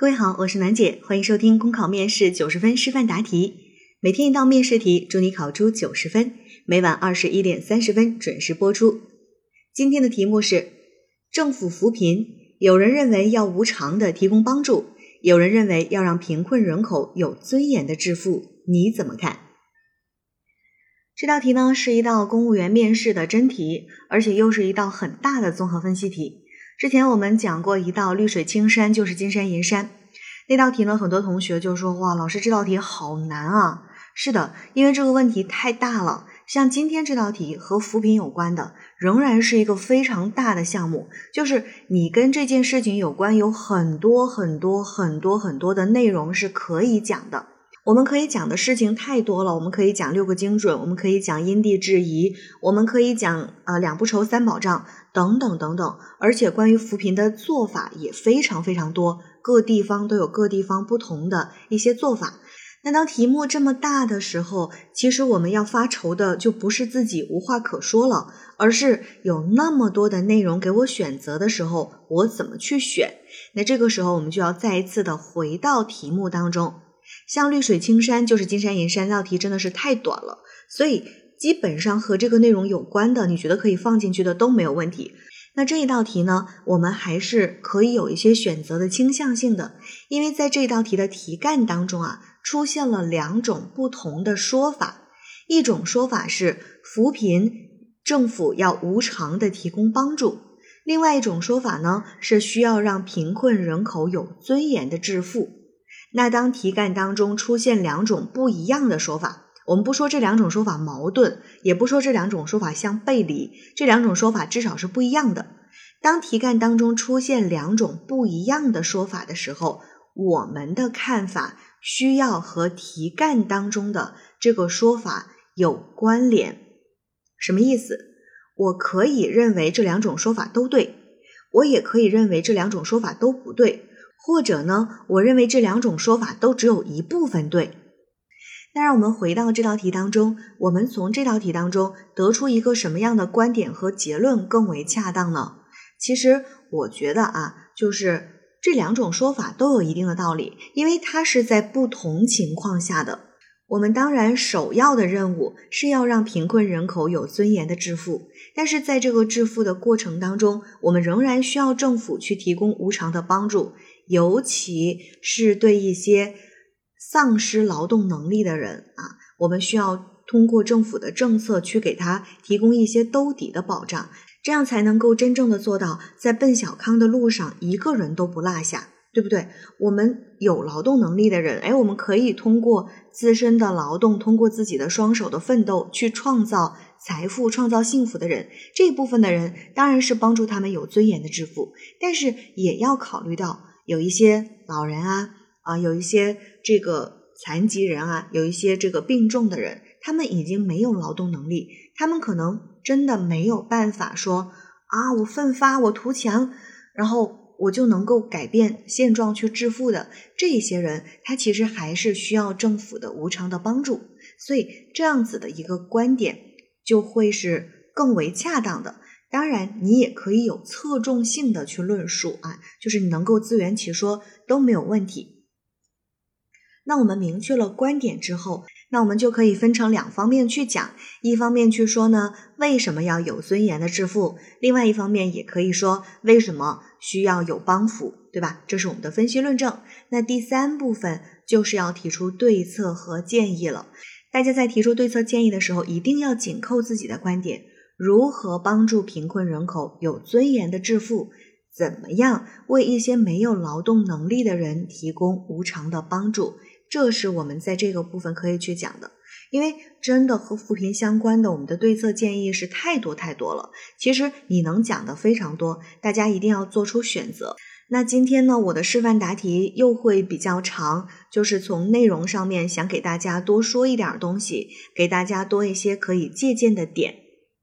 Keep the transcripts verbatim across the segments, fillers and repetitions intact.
各位好，我是楠姐，欢迎收听公考面试九十分示范答题，每天一道面试题，祝你考出九十分，每晚二十一点三十分准时播出。今天的题目是政府扶贫，有人认为要无偿的提供帮助，有人认为要让贫困人口有尊严的致富，你怎么看？这道题呢是一道公务员面试的真题，而且又是一道很大的综合分析题。之前我们讲过一道绿水青山就是金山银山，那道题呢很多同学就说哇老师这道题好难啊。是的，因为这个问题太大了，像今天这道题和扶贫有关的仍然是一个非常大的项目，就是你跟这件事情有关，有很多很多很多很多的内容是可以讲的。我们可以讲的事情太多了，我们可以讲六个精准，我们可以讲因地制宜，我们可以讲呃两不愁三保障等等等等，而且关于扶贫的做法也非常非常多，各地方都有各地方不同的一些做法。那当题目这么大的时候，其实我们要发愁的就不是自己无话可说了，而是有那么多的内容给我选择的时候，我怎么去选？那这个时候我们就要再一次的回到题目当中。像绿水青山就是金山银山那道题真的是太短了，所以基本上和这个内容有关的，你觉得可以放进去的都没有问题。那这一道题呢，我们还是可以有一些选择的倾向性的，因为在这道题的题干当中啊，出现了两种不同的说法。一种说法是扶贫，政府要无偿的提供帮助；另外一种说法呢，是需要让贫困人口有尊严的致富。那当题干当中出现两种不一样的说法，我们不说这两种说法矛盾，也不说这两种说法相背离，这两种说法至少是不一样的。当题干当中出现两种不一样的说法的时候，我们的看法需要和题干当中的这个说法有关联。什么意思？我可以认为这两种说法都对，我也可以认为这两种说法都不对，或者呢，我认为这两种说法都只有一部分对。那让我们回到这道题当中，我们从这道题当中得出一个什么样的观点和结论更为恰当呢？其实我觉得啊，就是这两种说法都有一定的道理，因为它是在不同情况下的。我们当然首要的任务是要让贫困人口有尊严的致富，但是在这个致富的过程当中，我们仍然需要政府去提供无偿的帮助，尤其是对一些丧失劳动能力的人啊，我们需要通过政府的政策去给他提供一些兜底的保障，这样才能够真正的做到在奔小康的路上一个人都不落下，对不对？我们有劳动能力的人，哎，我们可以通过自身的劳动，通过自己的双手的奋斗去创造财富，创造幸福的人，这一部分的人当然是帮助他们有尊严的致富，但是也要考虑到有一些老人啊，啊，有一些这个残疾人啊，有一些这个病重的人，他们已经没有劳动能力，他们可能真的没有办法说啊，我奋发，我图强，然后我就能够改变现状去致富的。这些人他其实还是需要政府的无偿的帮助，所以这样子的一个观点就会是更为恰当的。当然你也可以有侧重性的去论述啊，就是你能够自圆其说都没有问题。那我们明确了观点之后，那我们就可以分成两方面去讲，一方面去说呢，为什么要有尊严的致富，另外一方面也可以说为什么需要有帮扶，对吧？这是我们的分析论证。那第三部分就是要提出对策和建议了。大家在提出对策建议的时候，一定要紧扣自己的观点，如何帮助贫困人口有尊严的致富，怎么样为一些没有劳动能力的人提供无偿的帮助，这是我们在这个部分可以去讲的。因为真的和扶贫相关的我们的对策建议是太多太多了，其实你能讲的非常多，大家一定要做出选择。那今天呢，我的示范答题又会比较长，就是从内容上面想给大家多说一点东西，给大家多一些可以借鉴的点。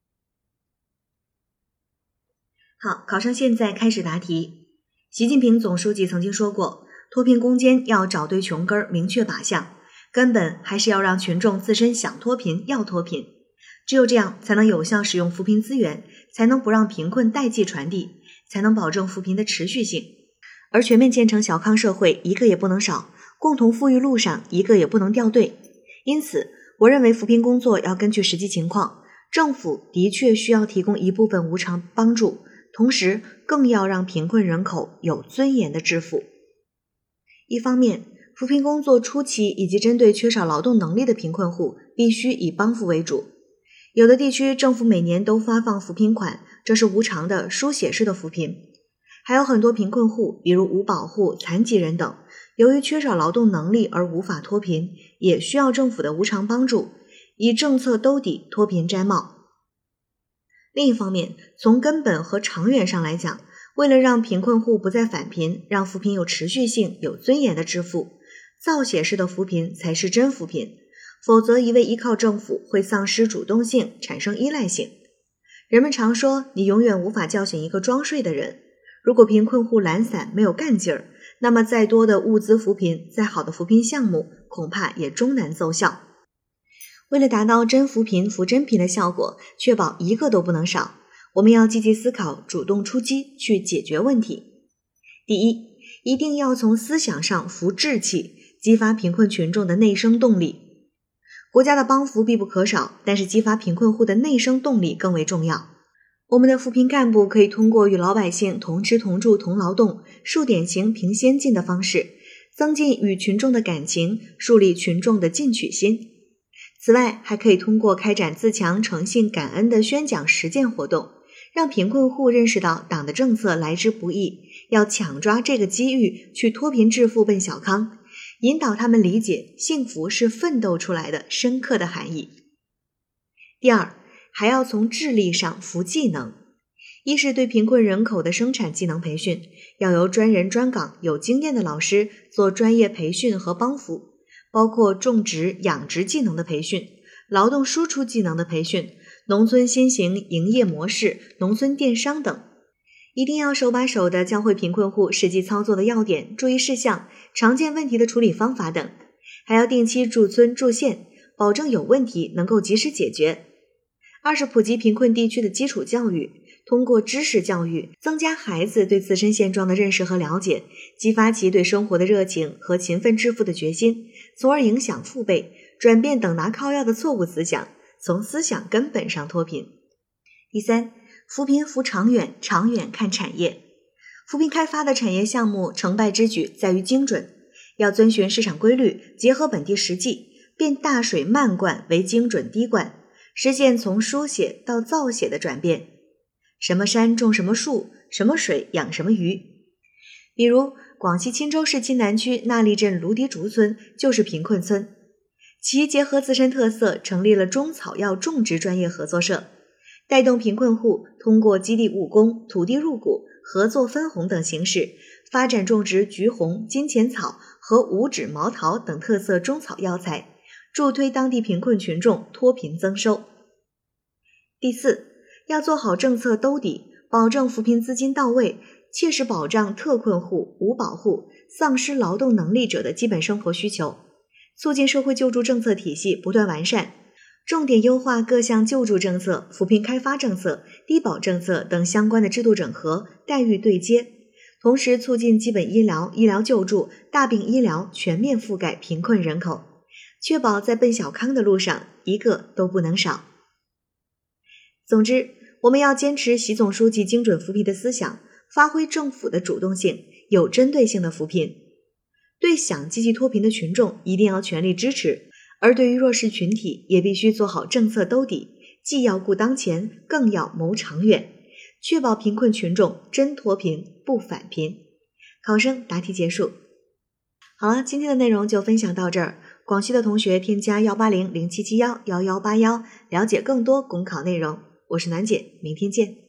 好，考生现在开始答题。习近平总书记曾经说过，脱贫攻坚要找对穷根儿，明确靶向，根本还是要让群众自身想脱贫要脱贫，只有这样才能有效使用扶贫资源，才能不让贫困代际传递，才能保证扶贫的持续性。 而全面建成小康社会一个也不能少，共同富裕路上一个也不能掉队。因此，我认为扶贫工作要根据实际情况，政府的确需要提供一部分无偿帮助，同时更要让贫困人口有尊严的致富。一方面，扶贫工作初期以及针对缺少劳动能力的贫困户，必须以帮扶为主。有的地区政府每年都发放扶贫款，这是无偿的书写式的扶贫。还有很多贫困户，比如无保户、残疾人等，由于缺少劳动能力而无法脱贫，也需要政府的无偿帮助，以政策兜底脱贫摘帽。另一方面，从根本和长远上来讲，为了让贫困户不再返贫，让扶贫有持续性、有尊严的致富，造血式的扶贫才是真扶贫，否则一味依靠政府会丧失主动性，产生依赖性。人们常说，你永远无法叫醒一个装睡的人。如果贫困户懒散，没有干劲儿，那么再多的物资扶贫，再好的扶贫项目，恐怕也终难奏效。为了达到真扶贫、扶真贫的效果，确保一个都不能少，我们要积极思考，主动出击，去解决问题。第一，一定要从思想上扶志气，激发贫困群众的内生动力。国家的帮扶必不可少，但是激发贫困户的内生动力更为重要。我们的扶贫干部可以通过与老百姓同吃同住同劳动，树典型评先进的方式，增进与群众的感情，树立群众的进取心。此外，还可以通过开展自强诚信感恩的宣讲实践活动，让贫困户认识到党的政策来之不易，要抢抓这个机遇去脱贫致富奔小康，引导他们理解幸福是奋斗出来的深刻的含义。第二，还要从智力上扶技能。一是对贫困人口的生产技能培训，要由专人专岗有经验的老师做专业培训和帮扶，包括种植、养殖技能的培训、劳动输出技能的培训、农村新型营业模式、农村电商等。一定要手把手地教会贫困户实际操作的要点、注意事项、常见问题的处理方法等，还要定期驻村驻县，保证有问题能够及时解决。二是普及贫困地区的基础教育，通过知识教育增加孩子对自身现状的认识和了解，激发其对生活的热情和勤奋致富的决心，从而影响父辈，转变等拿靠要的错误思想，从思想根本上脱贫。第三，扶贫扶长远，长远看产业。扶贫开发的产业项目成败之举在于精准，要遵循市场规律，结合本地实际，变大水漫灌为精准滴灌，实现从书写到造写的转变。什么山种什么树，什么水养什么鱼。比如广西钦州市钦南区纳利镇芦荻竹村就是贫困村，其结合自身特色成立了中草药种植专业合作社，带动贫困户通过基地务工、土地入股、合作分红等形式，发展种植橘红、金钱草和五指毛桃等特色中草药材，助推当地贫困群众脱贫增收。第四，要做好政策兜底，保证扶贫资金到位，切实保障特困户、无保户、丧失劳动能力者的基本生活需求，促进社会救助政策体系不断完善，重点优化各项救助政策、扶贫开发政策、低保政策等相关的制度整合、待遇对接，同时促进基本医疗、医疗救助、大病医疗全面覆盖贫困人口，确保在奔小康的路上一个都不能少。总之，我们要坚持习总书记精准扶贫的思想，发挥政府的主动性，有针对性的扶贫。对想积极脱贫的群众一定要全力支持，而对于弱势群体也必须做好政策兜底，既要顾当前，更要谋长远，确保贫困群众真脱贫不返贫。考生答题结束。好了，今天的内容就分享到这儿。广西的同学添加一八零零七七一一一八一，了解更多公考内容。我是楠姐，明天见。